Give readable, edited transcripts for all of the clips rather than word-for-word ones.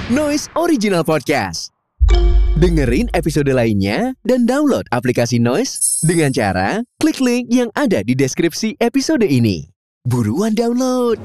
Noise Original Podcast. Dengerin episode lainnya dan download aplikasi Noise dengan cara klik link yang ada di deskripsi episode ini. Buruan download.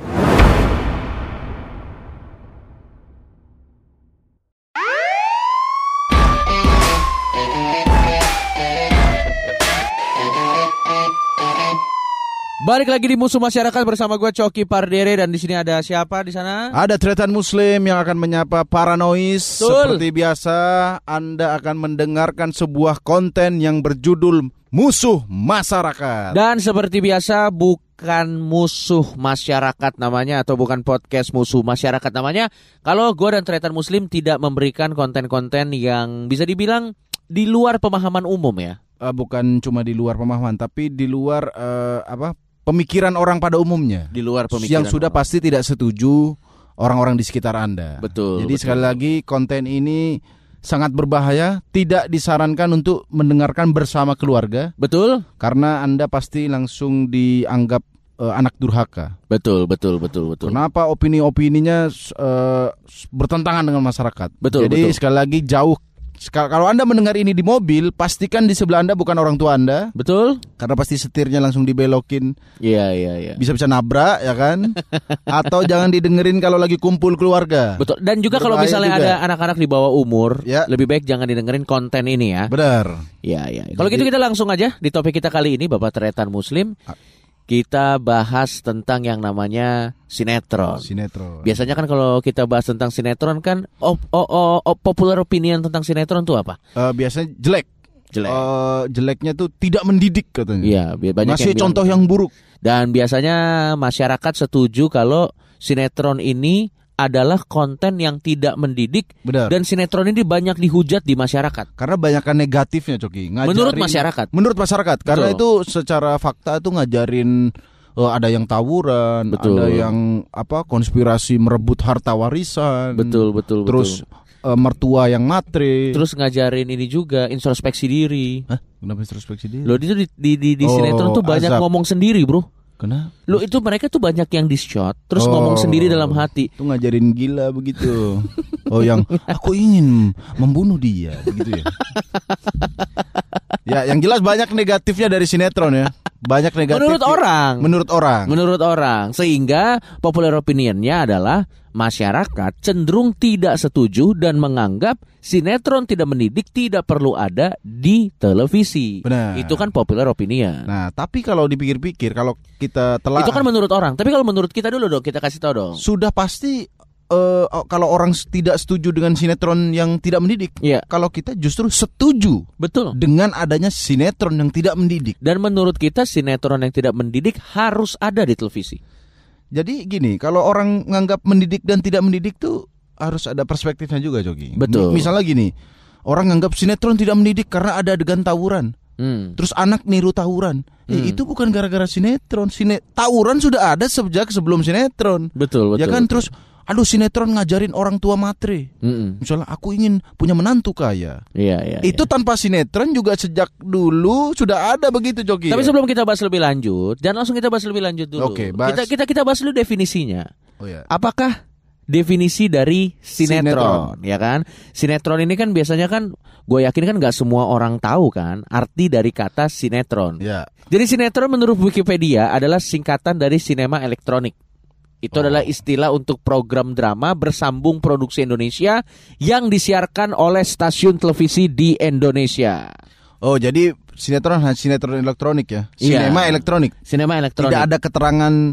Balik lagi di Musuh Masyarakat bersama gue Coki Pardere, dan di sini ada siapa di sana? Ada Tretan Muslim yang akan menyapa para noise. Seperti biasa, Anda akan mendengarkan sebuah konten yang berjudul Musuh Masyarakat. Dan seperti biasa bukan Musuh Masyarakat namanya, atau bukan podcast Musuh Masyarakat namanya, kalau gue dan Tretan Muslim tidak memberikan konten-konten yang bisa dibilang di luar pemahaman umum ya. Bukan cuma di luar pemahaman, tapi di luar pemikiran orang pada umumnya. Di luar pemikiran yang sudah pasti tidak setuju orang-orang di sekitar Anda. Betul. Jadi betul. sekali lagi konten ini sangat berbahaya, tidak disarankan untuk mendengarkan bersama keluarga. Betul. Karena Anda pasti langsung dianggap anak durhaka. Betul. Kenapa opini-opininya bertentangan dengan masyarakat? Betul. Jadi sekali lagi jauh. Kalau Anda mendengar ini di mobil, pastikan di sebelah Anda bukan orang tua Anda. Betul. Karena pasti setirnya langsung dibelokin. Iya. Bisa-bisa nabrak, ya kan? Atau jangan didengerin kalau lagi kumpul keluarga. Betul. Dan juga kalau misalnya ada anak-anak di bawah umur, ya, lebih baik jangan didengerin konten ini ya. Benar. Iya. Kalau gitu kita langsung aja di topik kita kali ini, Bapak Tretan Muslim. Kita bahas tentang yang namanya sinetron. Biasanya kan kalau kita bahas tentang sinetron kan popular opinion tentang sinetron tuh apa? Biasanya jelek. Jeleknya tuh tidak mendidik katanya. Iya, banyak ngasih contoh yang buruk. Dan biasanya masyarakat setuju kalau sinetron ini adalah konten yang tidak mendidik. Benar. Dan sinetron ini banyak dihujat di masyarakat. Karena banyakkan negatifnya, Coki. Menurut masyarakat. Karena itu secara fakta itu ngajarin ada yang tawuran, betul, ada yang konspirasi merebut harta warisan. Betul. Terus mertua yang matre. Terus ngajarin ini juga introspeksi diri. Hah? Kenapa introspeksi diri? Loh, itu di sinetron tuh banyak azab. ngomong sendiri, bro. Kenapa? Lo itu mereka tuh banyak yang di-shot terus ngomong sendiri dalam hati. Itu ngajarin gila begitu. Yang aku ingin membunuh dia begitu ya. Ya, yang jelas banyak negatifnya dari sinetron ya. Banyak negatif. Menurut orang. Sehingga popular opinionnya adalah masyarakat cenderung tidak setuju dan menganggap sinetron tidak mendidik, tidak perlu ada di televisi. Benar. Itu kan popular opinion. Nah, tapi kalau dipikir-pikir, kalau kita telah itu kan menurut orang. Tapi kalau menurut kita dulu dong, kita kasih tahu dong. Sudah pasti kalau orang tidak setuju dengan sinetron yang tidak mendidik, ya. Kalau kita justru setuju, betul, dengan adanya sinetron yang tidak mendidik. Dan menurut kita sinetron yang tidak mendidik harus ada di televisi. Jadi gini, kalau orang nganggap mendidik dan tidak mendidik tuh harus ada perspektifnya juga, Jogi. Betul. Misalnya gini, orang nganggap sinetron tidak mendidik karena ada adegan tawuran. Terus anak niru tawuran. Itu bukan gara-gara sinetron. Tawuran sudah ada sejak sebelum sinetron. Betul. Ya kan, betul. Terus sinetron ngajarin orang tua matre. Misalnya aku ingin punya menantu kaya. Iya. Itu tanpa sinetron juga sejak dulu sudah ada begitu, Jogi. Tapi sebelum kita bahas lebih lanjut, jangan langsung kita bahas lebih lanjut dulu. Oke, kita bahas dulu definisinya. Oh, ya. Apakah definisi dari sinetron, ya kan? Sinetron ini kan biasanya kan, gue yakin kan nggak semua orang tahu kan arti dari kata sinetron. Ya. Jadi sinetron menurut Wikipedia adalah singkatan dari sinema elektronik. Itu adalah istilah untuk program drama bersambung produksi Indonesia yang disiarkan oleh stasiun televisi di Indonesia. Oh, jadi sinetron elektronik ya? Sinema elektronik. Tidak ada keterangan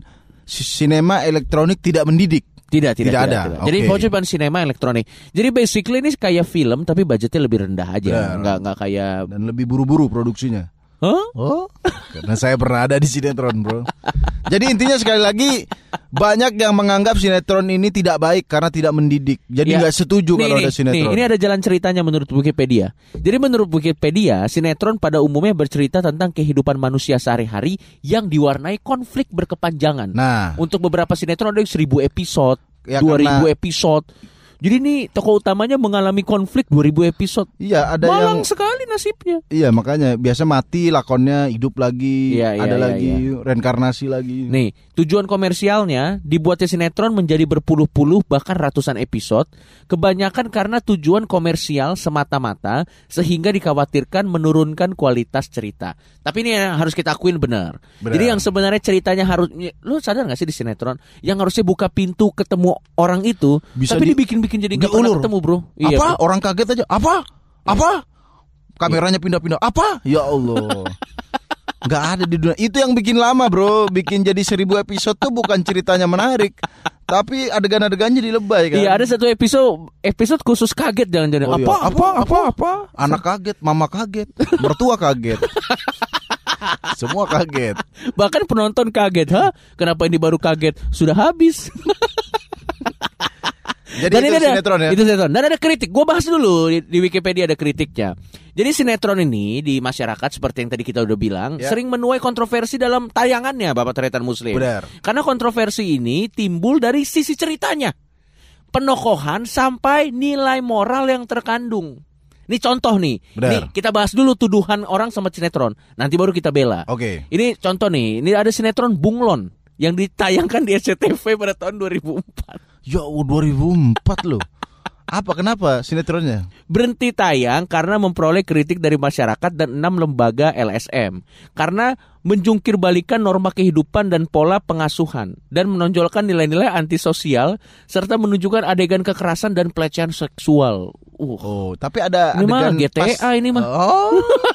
sinema elektronik tidak mendidik. Tidak ada. Jadi cuma sinema elektronik. Jadi basically ini kayak film tapi budgetnya lebih rendah aja. Enggak kayak, dan lebih buru-buru produksinya. Oh, karena saya pernah ada di sinetron, bro. Jadi intinya sekali lagi, banyak yang menganggap sinetron ini tidak baik karena tidak mendidik. Jadi nggak setuju kalau ada sinetron. Ini ada jalan ceritanya menurut Wikipedia. Jadi menurut Wikipedia, sinetron pada umumnya bercerita tentang kehidupan manusia sehari-hari yang diwarnai konflik berkepanjangan. Nah, untuk beberapa sinetron ada yang 1000 episode, ya, 2000 episode. Jadi nih tokoh utamanya mengalami konflik 2000 episode. Iya, ada Malang sekali nasibnya. Iya, makanya biasa mati lakonnya hidup lagi, ada lagi reinkarnasi lagi. Nih, tujuan komersialnya dibuatnya sinetron menjadi berpuluh-puluh bahkan ratusan episode, kebanyakan karena tujuan komersial semata-mata sehingga dikhawatirkan menurunkan kualitas cerita. Tapi ini yang harus kita akuin benar. Jadi yang sebenarnya ceritanya harus, lu sadar gak sih di sinetron yang harusnya buka pintu ketemu orang itu, bisa tapi dibikin-bikin jadi nggak pernah ketemu, bro. Apa? Iya, bro. Orang kaget aja. Apa? Kameranya pindah-pindah. Apa? Ya Allah. Nggak ada di dunia. Itu yang bikin lama, bro. Bikin jadi 1000 episode tuh bukan ceritanya menarik, tapi adegan-adegannya dilebay kan. Iya, ada satu episode khusus kaget jangan-jangan. Oh, iya. Apa? Anak kaget, mama kaget, mertua kaget. Semua kaget. Bahkan penonton kaget. Hah? Kenapa ini baru kaget? Sudah habis. Jadi dan itu sinetron ya? Itu sinetron. Dan ada kritik. Gue bahas dulu di Wikipedia ada kritiknya. Jadi sinetron ini di masyarakat seperti yang tadi kita udah bilang sering menuai kontroversi dalam tayangannya, Bapak Tretan Muslim. Benar. Karena kontroversi ini timbul dari sisi ceritanya, penokohan sampai nilai moral yang terkandung. Ini contoh nih. Nih kita bahas dulu tuduhan orang sama sinetron. Nanti baru kita bela. Oke. Ini contoh nih. Ini ada sinetron Bunglon yang ditayangkan di SCTV pada tahun 2004. Ya 2004 loh. Kenapa sinetronnya? Berhenti tayang karena memperoleh kritik dari masyarakat dan 6 lembaga LSM. Karena menjungkir balikan norma kehidupan dan pola pengasuhan. Dan menonjolkan nilai-nilai antisosial serta menunjukkan adegan kekerasan dan pelecehan seksual. Oh, tapi ada ini adegan GTA ini mah. Oh.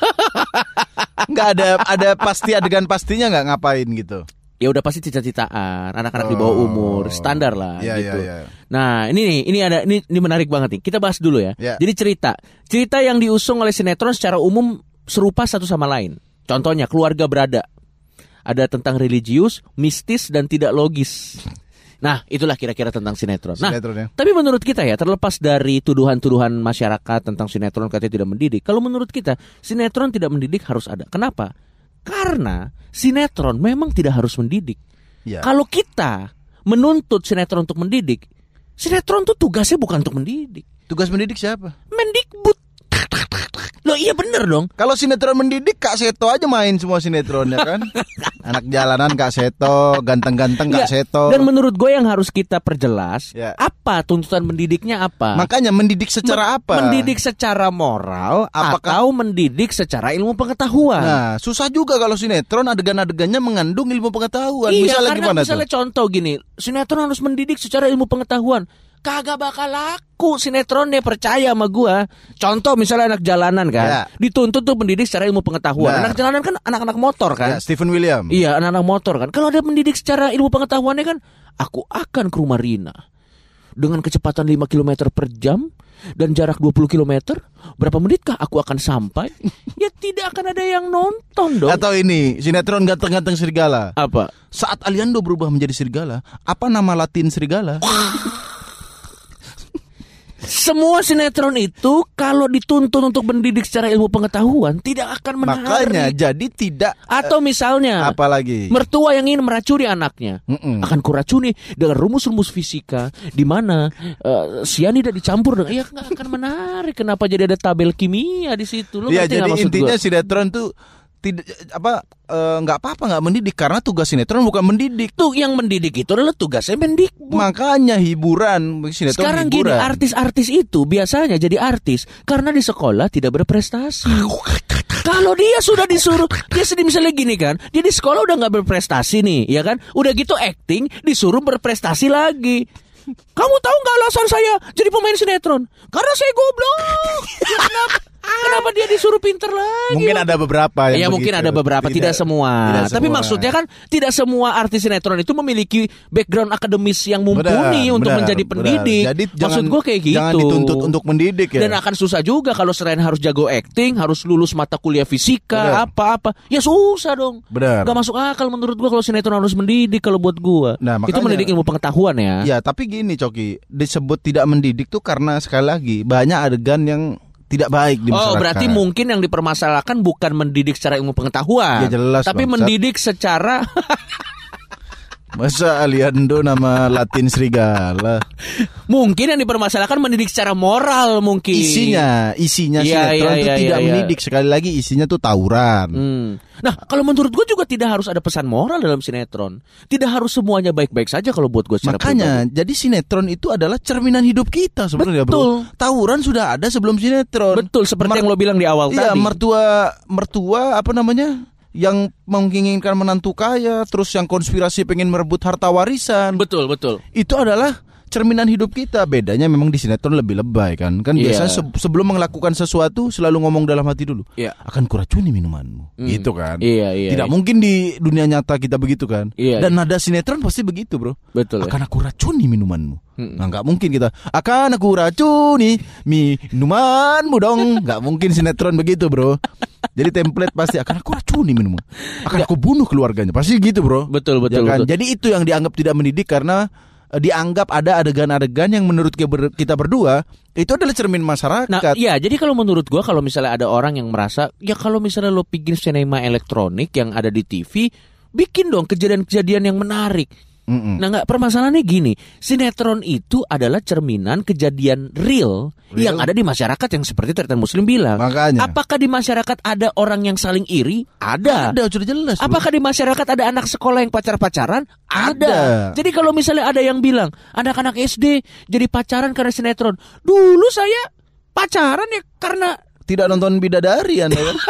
Nggak ada pasti adegan pastinya nggak ngapain gitu. Ya udah pasti cita-citaan, anak-anak di bawah umur, standar lah gitu. Ya. Nah, ini menarik banget nih. Kita bahas dulu ya. Jadi cerita yang diusung oleh sinetron secara umum serupa satu sama lain. Contohnya Keluarga Berada. Ada tentang religius, mistis dan tidak logis. Nah, itulah kira-kira tentang sinetron. Nah, tapi menurut kita ya, terlepas dari tuduhan-tuduhan masyarakat tentang sinetron katanya tidak mendidik, kalau menurut kita sinetron tidak mendidik harus ada. Kenapa? Karena sinetron memang tidak harus mendidik. Kalau kita menuntut sinetron untuk mendidik, sinetron tuh tugasnya bukan untuk mendidik. Tugas mendidik siapa? Mendikbud. Loh iya bener dong. Kalau sinetron mendidik Kak Seto aja main semua sinetronnya kan. Anak jalanan Kak Seto, ganteng-ganteng Kak Seto. Dan menurut gue yang harus kita perjelas, apa tuntutan mendidiknya apa? Makanya mendidik secara apa? Mendidik secara moral atau mendidik secara ilmu pengetahuan? Nah, susah juga kalau sinetron adegan-adegannya mengandung ilmu pengetahuan. Iya, misalnya contoh gini, sinetron harus mendidik secara ilmu pengetahuan. Kagak bakal laku sinetron deh, percaya sama gua. Contoh misalnya anak jalanan kan, dituntut tuh mendidik secara ilmu pengetahuan. Anak jalanan kan anak-anak motor kan. Stephen William. Iya, anak-anak motor kan. Kalau ada mendidik secara ilmu pengetahuannya kan, aku akan ke rumah Rina dengan kecepatan 5 km per jam dan jarak 20 km. Berapa menitkah aku akan sampai? Ya tidak akan ada yang nonton dong. Atau ini sinetron ganteng-ganteng serigala. Apa? Saat Aliando berubah menjadi serigala, apa nama Latin serigala? Semua sinetron itu kalau dituntut untuk mendidik secara ilmu pengetahuan tidak akan menarik. Makanya jadi tidak. Atau misalnya apalagi mertua yang ingin meracuni anaknya akan kuracuni dengan rumus-rumus fisika di mana sianida dicampur dengan nggak akan menarik. Kenapa jadi ada tabel kimia di situ? Ya jadi intinya sinetron tuh tidak nggak apa-apa nggak mendidik karena tugas sinetron bukan mendidik. Tuh yang mendidik itu adalah tugasnya Mendikbud. Makanya hiburan sinetron. Sekarang hiburan. Gini, artis-artis itu biasanya jadi artis karena di sekolah tidak berprestasi. Kalau dia sudah disuruh, dia sedih misalnya gini kan, dia di sekolah udah nggak berprestasi nih, ya kan? Udah gitu acting disuruh berprestasi lagi. Kamu tahu nggak alasan saya jadi pemain sinetron? Karena saya goblok. Kenapa dia disuruh pinter lagi? Mungkin ada beberapa yang mungkin ada beberapa, tidak semua. Tapi maksudnya kan tidak semua artis sinetron itu memiliki background akademis yang mumpuni untuk menjadi pendidik. Jadi maksud gue kayak gitu. Jangan dituntut untuk mendidik ya. Dan akan susah juga kalau selain harus jago acting, harus lulus mata kuliah fisika, apa-apa. Ya susah dong. Benar. Gak masuk akal menurut gue kalau sinetron harus mendidik kalau buat gue. Nah, itu mendidik ilmu pengetahuan ya. Ya, tapi gini Coki, disebut tidak mendidik tuh karena sekali lagi banyak adegan yang tidak baik di masyarakat. Oh, berarti mungkin yang dipermasalahkan bukan mendidik secara ilmu pengetahuan, ya, jelas, tapi mendidik secara Masa Aliando nama Latin serigala? Mungkin yang dipermasalahkan mendidik secara moral mungkin. Isinya sinetron itu tidak mendidik. Sekali lagi isinya tuh tawuran. Nah, kalau menurut gue juga tidak harus ada pesan moral dalam sinetron. Tidak harus semuanya baik-baik saja kalau buat gue secara makanya pribadi. Jadi sinetron itu adalah cerminan hidup kita sebenarnya, bro. Tawuran sudah ada sebelum sinetron. Betul, seperti yang lo bilang di awal tadi. Iya, mertua apa namanya? Yang menginginkan menantu kaya, terus yang konspirasi pengen merebut harta warisan. Betul. Itu adalah cerminan hidup kita. Bedanya memang di sinetron lebih lebay kan. Kan biasanya sebelum melakukan sesuatu selalu ngomong dalam hati dulu. Akan kuracuni minumanmu. Gitu kan. Tidak mungkin di dunia nyata kita begitu kan. Dan nada sinetron pasti begitu, bro. Betul. Akan aku racuni minumanmu. Nah, nggak mungkin kita akan aku racuni minumanmu dong. Nggak mungkin sinetron begitu, bro. Jadi template pasti akan aku racuni minuman. Akan aku bunuh keluarganya. Pasti gitu, bro. Betul. Kan? Jadi itu yang dianggap tidak mendidik karena dianggap ada adegan-adegan yang menurut kita berdua itu adalah cermin masyarakat. Nah, iya, jadi kalau menurut gua kalau misalnya ada orang yang merasa ya kalau misalnya lo bikin sinema elektronik yang ada di TV, bikin dong kejadian-kejadian yang menarik. Nah, nggak, permasalahannya gini, sinetron itu adalah cerminan kejadian real yang ada di masyarakat yang seperti Tretan Muslim bilang. Makanya. Apakah di masyarakat ada orang yang saling iri? Ada, sudah jelas. Apakah di masyarakat ada anak sekolah yang pacar-pacaran? Ada. Jadi kalau misalnya ada yang bilang anak-anak SD jadi pacaran karena sinetron, dulu saya pacaran ya karena tidak nonton bidadari Anda kan?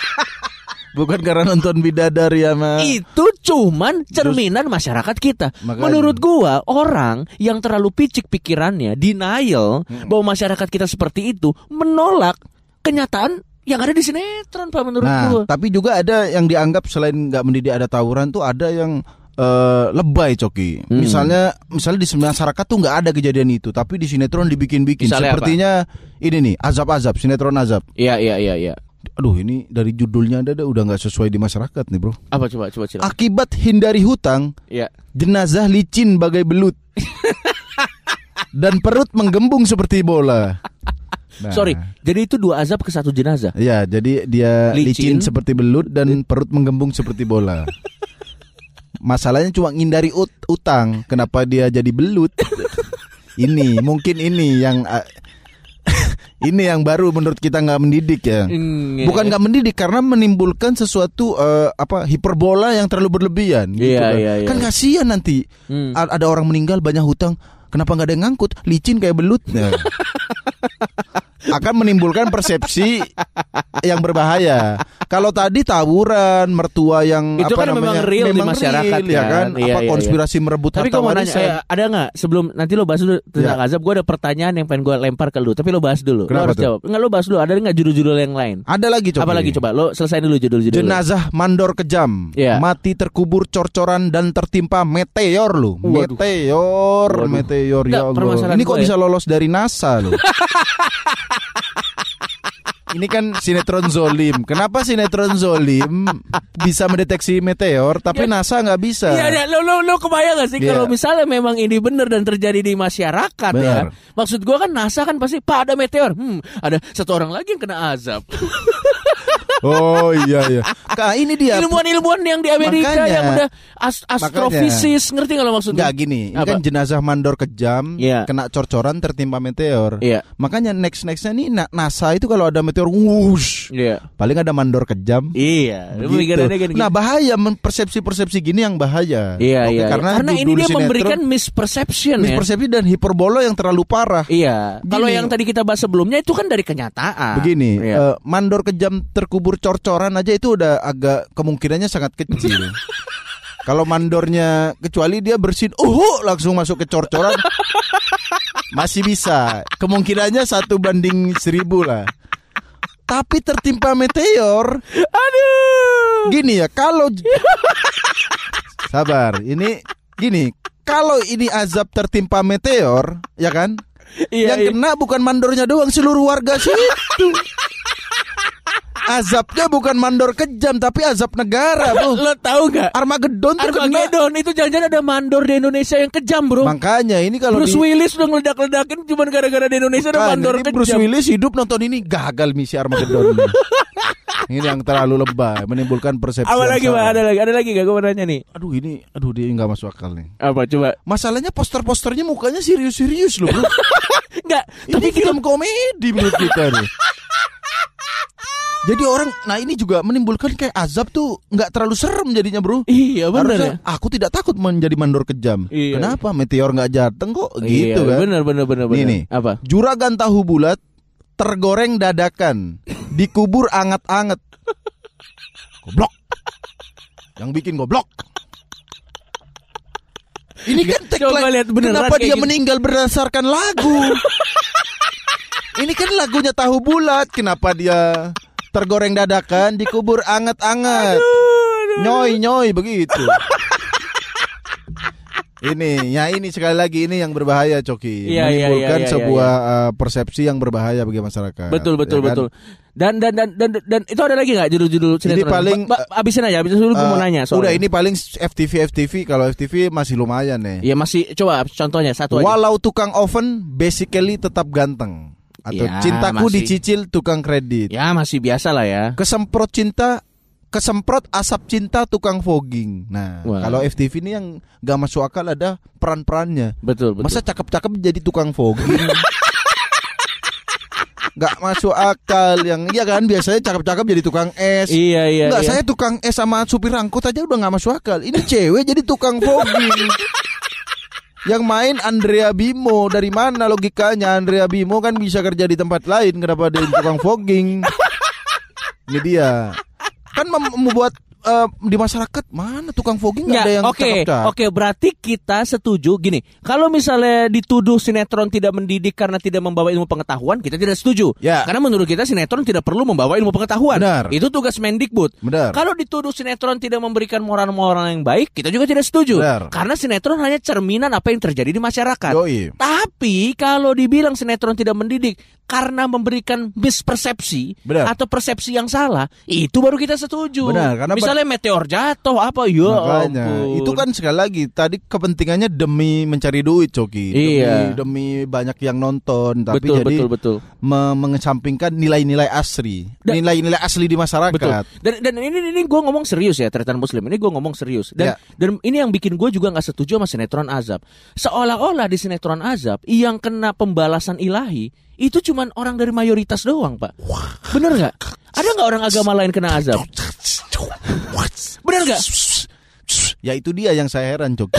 Bukan karena nonton bidadari sama. Itu cuman cerminan masyarakat kita. Makanya. Menurut gua orang yang terlalu picik pikirannya, denial bahwa masyarakat kita seperti itu, menolak kenyataan yang ada di sinetron, Pak, menurut gua. Tapi juga ada yang dianggap selain nggak mendidik ada tawuran tuh ada yang lebay, Coki. Misalnya di masyarakat tuh nggak ada kejadian itu, tapi di sinetron dibikin-bikin. Misalnya sepertinya apa? Ini nih, azab-azab, sinetron azab. Iya. Aduh, ini dari judulnya ada udah nggak sesuai di masyarakat nih, bro. Apa coba silakan. Akibat hindari hutang, jenazah licin bagai belut dan perut menggembung seperti bola. Nah. Sorry, jadi itu 2 azab ke 1 jenazah. Iya, jadi dia licin seperti belut dan perut menggembung seperti bola. Masalahnya cuma ngindari utang. Kenapa dia jadi belut? Mungkin ini yang baru menurut kita nggak mendidik ya. Bukan nggak mendidik karena menimbulkan sesuatu hiperbola yang terlalu berlebihan. Gitu kan kasihan nanti ada orang meninggal banyak hutang. Kenapa nggak ada yang ngangkut? Licin kayak belut. Nah. Akan menimbulkan persepsi yang berbahaya. Kalau tadi tawuran, mertua yang itu kan memang real di masyarakat real, ya kan? Konspirasi merebut harta warisan. Ada nggak sebelum nanti lo bahas dulu tentang azab? Gue ada pertanyaan yang pengen gue lempar ke lo, tapi lo bahas dulu. Kenapa lo harus jawab. Nggak, lo bahas dulu. Ada nggak judul-judul yang lain? Ada lagi, coba. Apa lagi coba? Lo selesain dulu judul-judul. Jenazah mandor kejam, mati terkubur cor-coran dan tertimpa meteor lo. Meteor ya Allah. Ini kok bisa lolos dari NASA lo? Ini kan sinetron zolim. Kenapa sinetron zolim bisa mendeteksi meteor, tapi NASA nggak bisa? Iya, lo kebayang gak sih kalau misalnya memang ini benar dan terjadi di masyarakat ya? Maksud gue kan NASA kan pasti, Pak, ada meteor. Ada 1 orang lagi yang kena azab. Oh iya. Ini dia ilmuwan yang di Amerika. Makanya, yang udah astrofisis, ngerti nggak lo maksudnya? Nggak gini, ini kan jenazah mandor kejam, kena cor-coran tertimpa meteor. Makanya nextnya nih NASA itu kalau ada meteor, wush, paling ada mandor kejam. Nah, bahaya persepsi gini yang bahaya. Karena ini dia memberikan misperception dan hiperbola yang terlalu parah. Kalau yang tadi kita bahas sebelumnya itu kan dari kenyataan. Begini, mandor kejam terkubur cor-coran aja itu udah agak kemungkinannya sangat kecil. Kalau mandornya kecuali dia bersin, langsung masuk ke cor-coran, masih bisa. Kemungkinannya 1:1000 lah. Tapi tertimpa meteor, aduh. Gini ya, kalau sabar, ini gini, kalau ini azab tertimpa meteor, ya kan? Yang kena bukan mandornya doang, seluruh warga situ. Azabnya bukan mandor kejam, tapi azab negara, bro. Lo tahu nggak? Armageddon itu jangan-jangan ada mandor di Indonesia yang kejam, bro. Makanya ini kalau Bruce Willis udah ngeledak-ledakin cuma gara-gara di Indonesia ada mandor kejam. Bruce Willis hidup nonton ini gagal misi Armageddon. Ini yang terlalu lebay, menimbulkan persepsi. Apa lagi, Pak? Ada lagi gak gue mau nanya nih? Aduh dia nggak masuk akal nih. Apa coba? Masalahnya poster-posternya mukanya serius-serius loh, bro. Enggak, tapi film komedi menurut kita nih. Jadi orang, nah ini juga menimbulkan kayak azab tuh nggak terlalu serem jadinya, bro. Iya benar ya. Aku tidak takut menjadi mandor kejam. Iya. Kenapa? Meteor nggak jatuh kok, gitu kan? Benar. Ini apa? Juragan tahu bulat tergoreng dadakan, dikubur anget-anget. Goblok. Yang bikin goblok. Ini kan tagline. Kenapa dia meninggal berdasarkan lagu? Ini kan lagunya tahu bulat. Kenapa dia tergoreng dadakan, dikubur anget-anget? Nyoy begitu. Ini sekali lagi ini yang berbahaya, Coki. Menimbulkan sebuah persepsi yang berbahaya bagi masyarakat. Betul. Dan itu ada lagi nggak judul-judul sinetron? Ini paling abisin dulu gue mau nanya soalnya. Udah ini paling FTV. Kalau FTV masih lumayan nih. Iya masih. Coba contohnya satu aja. Walau tukang oven basically tetap ganteng. Atau ya, cintaku masih dicicil tukang kredit. Ya masih biasa lah ya. Kesemprot asap cinta tukang fogging. Nah, kalau FTV ini yang gak masuk akal ada peran-perannya. Betul. Masa cakep-cakep jadi tukang fogging? Gak masuk akal. Yang iya kan biasanya cakep-cakep jadi tukang es. Iya. Enggak, saya tukang es sama supir angkot aja udah gak masuk akal. Ini cewek jadi tukang fogging. Yang main Andrea Bimo. Dari mana logikanya? Andrea Bimo kan bisa kerja di tempat lain. Kenapa dia tukang fogging? Ini dia. Kan membuat di masyarakat mana tukang fogging nggak ada yang cakep-cakep. Oke, berarti kita setuju gini. Kalau misalnya dituduh sinetron tidak mendidik karena tidak membawa ilmu pengetahuan, kita tidak setuju. Ya. Karena menurut kita sinetron tidak perlu membawa ilmu pengetahuan. Benar. Itu tugas Mendikbud. Benar. Kalau dituduh sinetron tidak memberikan moral-moral yang baik, kita juga tidak setuju. Benar. Karena sinetron hanya cerminan apa yang terjadi di masyarakat. Yoi. Tapi kalau dibilang sinetron tidak mendidik karena memberikan mispersepsi atau persepsi yang salah, itu baru kita setuju. Benar, karena misalnya meteor jatuh apa ya. Makanya itu kan sekali lagi tadi kepentingannya demi mencari duit, Coki. Iya. Demi banyak yang nonton, tapi betul. Mengesampingkan nilai-nilai asli. Nilai-nilai asli di masyarakat. Betul. Dan ini gue ngomong serius ya, Tretan Muslim. Ini gue ngomong serius. Dan ini yang bikin gue juga gak setuju sama sinetron azab. Seolah-olah di sinetron azab yang kena pembalasan ilahi itu cuman orang dari mayoritas doang, Pak. Bener gak? Ada gak orang agama lain kena azab? Bener gak? Ya itu dia yang saya heran, Coki.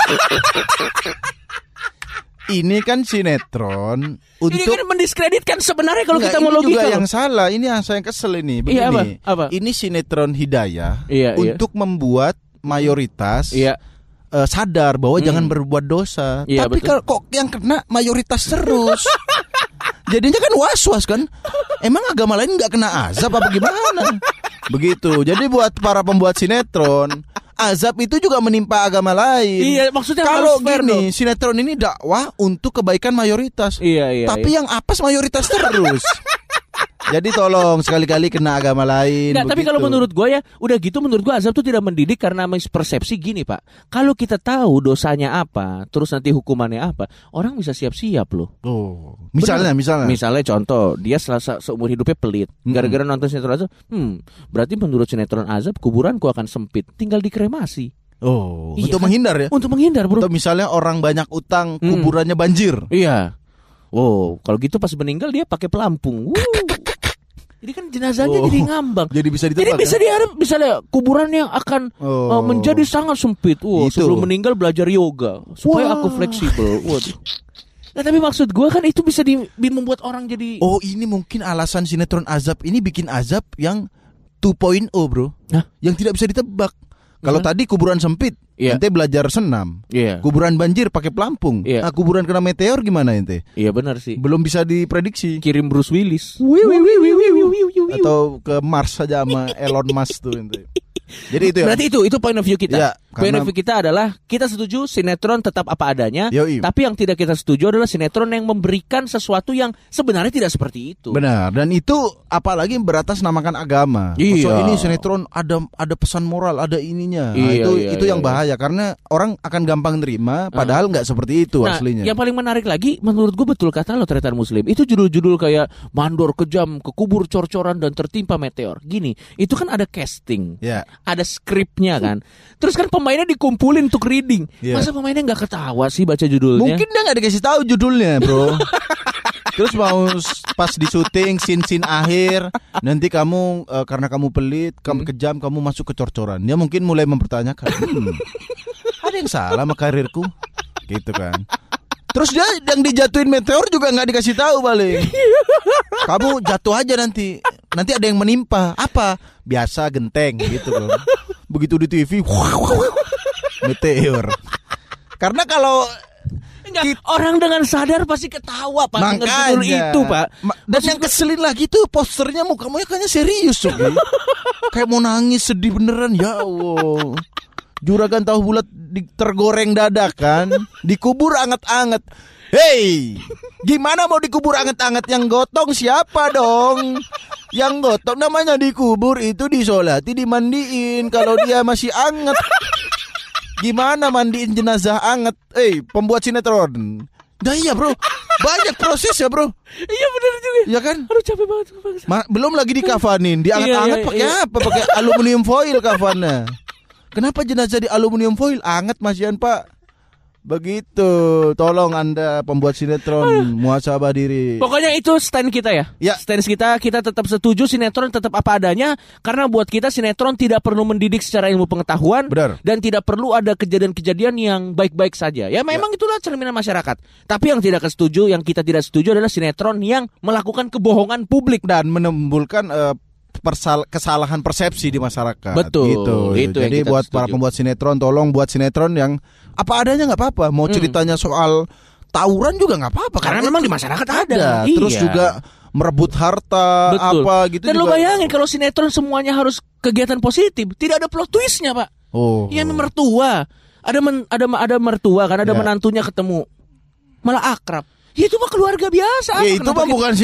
Ini kan sinetron untuk ini kan mendiskreditkan sebenarnya kalau kita mau Ini logika. juga yang salah. Ini yang saya kesel ini. Begini. Iya, apa? Ini sinetron hidayah untuk membuat mayoritas sadar bahwa jangan berbuat dosa. Iya, tapi kalau kok yang kena mayoritas terus. Jadinya kan was-was kan. Emang agama lain gak kena azab apa gimana? Begitu. Jadi buat para pembuat sinetron, azab itu juga menimpa agama lain. Iya, maksudnya kalau gini, sinetron ini dakwah untuk kebaikan mayoritas. Iya. Tapi yang apes mayoritas terus. Jadi tolong sekali-kali kena agama lain. Nggak, tapi kalau menurut gue ya, udah gitu menurut gue azab tuh tidak mendidik karena mispersepsi gini, Pak. Kalau kita tahu dosanya apa, terus nanti hukumannya apa, orang bisa siap-siap loh. Oh, misalnya contoh, dia seumur hidupnya pelit, gara-gara nonton sinetron azab. Berarti menurut sinetron azab, kuburanku akan sempit, tinggal dikremasi. Oh, iya, untuk menghindar ya? Untuk menghindar, bro. Atau misalnya orang banyak utang, kuburannya banjir. Iya. Oh, kalau gitu pas meninggal dia pakai pelampung. Jadi kan jenazahnya jadi ngambang. Jadi bisa ditebak. Jadi bisa diharap misalnya kuburan yang akan menjadi sangat sempit. Sebelum meninggal belajar yoga supaya aku fleksibel. Nah, tapi maksud gue kan itu bisa membuat orang jadi. Oh, ini mungkin alasan sinetron azab ini bikin azab yang 2.0, bro. Yang tidak bisa ditebak. Kalau tadi kuburan sempit, ente belajar senam. Kuburan banjir pakai pelampung. Nah, kuburan kena meteor gimana ente? Iya benar sih. Belum bisa diprediksi. Kirim Bruce Willis. Atau ke Mars saja sama Elon Musk tuh ente. Jadi itu ya. Berarti itu point of view kita. Ya, Benefit kita adalah kita setuju sinetron tetap apa adanya. Tapi yang tidak kita setuju adalah sinetron yang memberikan sesuatu yang sebenarnya tidak seperti itu. Benar. Dan itu apalagi beratasnamakan agama. So ini sinetron ada pesan moral, ada ininya. Itu yang bahaya karena orang akan gampang nerima padahal nggak seperti itu aslinya. Yang paling menarik lagi menurut gue betul kata lo Tretan Muslim. Itu judul-judul kayak mandor kejam, kekubur cor-coran dan tertimpa meteor. Gini, itu kan ada casting. Ada skripnya kan. Terus kan pemainnya dikumpulin untuk reading. Masa pemainnya nggak ketawa sih baca judulnya? Mungkin dia nggak dikasih tahu judulnya, bro. Terus mau pas di syuting scene akhir, nanti kamu karena kamu pelit, kamu kejam, kamu masuk ke cor-coran. Dia mungkin mulai mempertanyakan, ada yang salah sama karirku, gitu kan. Terus dia yang dijatuhin meteor juga nggak dikasih tahu balik. Kamu jatuh aja nanti ada yang menimpa. Apa? Biasa genteng gitu loh. Begitu di TV, meteor. Karena kalau orang dengan sadar pasti ketawa Pak dengan judul itu Pak. Dan yang keselin lagi tuh posternya mukanya kayaknya serius kayak mau nangis sedih beneran. Ya Allah. Juragan tahu bulat tergoreng dadakan, dikubur anget-anget. Hei, gimana mau dikubur anget-anget? Yang gotong siapa dong? Yang gotong namanya dikubur itu disolati, dimandiin kalau dia masih anget. Gimana mandiin jenazah anget? Pembuat sinetron. Iya bro, banyak proses ya bro. Iya benar juga. Iya kan? Aduh capek banget. Belum lagi dikafanin, dianget-anget pakai apa? Pakai aluminium foil kafannya. Kenapa jenazah di aluminium foil? Anget masihan Pak. Begitu. Tolong Anda pembuat sinetron muhasabah diri. Pokoknya itu stand kita ya. Stand kita tetap setuju sinetron tetap apa adanya. Karena buat kita sinetron tidak perlu mendidik secara ilmu pengetahuan. Benar. Dan tidak perlu ada kejadian-kejadian yang baik-baik saja. Ya memang itulah cerminan masyarakat. Tapi yang kita tidak setuju adalah sinetron yang melakukan kebohongan publik. Dan menimbulkan kesalahan persepsi di masyarakat. Betul. Gitu. Jadi buat para pembuat sinetron, tolong buat sinetron yang apa adanya nggak apa-apa. Mau ceritanya soal tawuran juga nggak apa-apa. Karena memang di masyarakat ada. Terus juga merebut harta. Betul. Apa gitu. Dan juga. lo bayangin kalau sinetron semuanya harus kegiatan positif, tidak ada plot twistnya Pak. Yang mertua, ada mertua kan, ada menantunya ketemu, malah akrab. Ya itu mah keluarga biasa. Ya itu mah bukan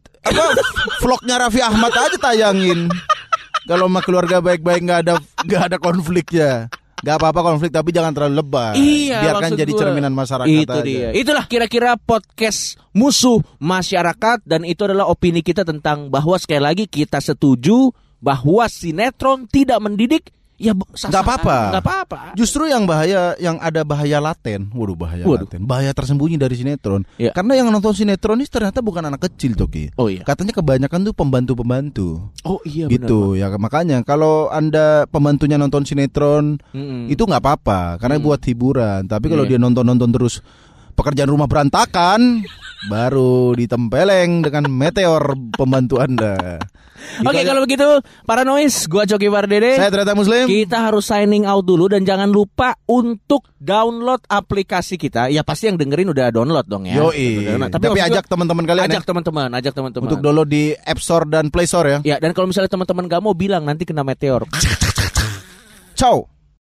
vlognya Raffi Ahmad aja tayangin. Kalau mah keluarga baik-baik nggak ada konfliknya. Nggak apa-apa konflik tapi jangan terlalu lebay. Biarkan jadi cerminan masyarakat itu aja. Dia. Itulah kira-kira podcast Musuh Masyarakat dan itu adalah opini kita tentang bahwa sekali lagi kita setuju bahwa sinetron tidak mendidik. Ya nggak apa-apa. Justru yang bahaya, yang ada bahaya laten. Laten. Bahaya tersembunyi dari sinetron. Karena yang nonton sinetron ini ternyata bukan anak kecil Toki. Katanya kebanyakan tuh pembantu-pembantu. Gitu benar, ya makanya kalau Anda pembantunya nonton sinetron itu nggak apa-apa karena buat hiburan. Tapi kalau dia nonton terus pekerjaan rumah berantakan, baru ditempeleng dengan meteor pembantu Anda. Oke, kalau begitu para noise, gua Coki Pardede. Saya Tretan Muslim. Kita harus signing out dulu dan jangan lupa untuk download aplikasi kita. Ya pasti yang dengerin udah download dong ya. Tapi ajak teman-teman kalian. Ajak teman-teman. Untuk download di App Store dan Play Store ya. Ya, dan kalau misalnya teman-teman gak mau bilang nanti kena meteor. Ciao.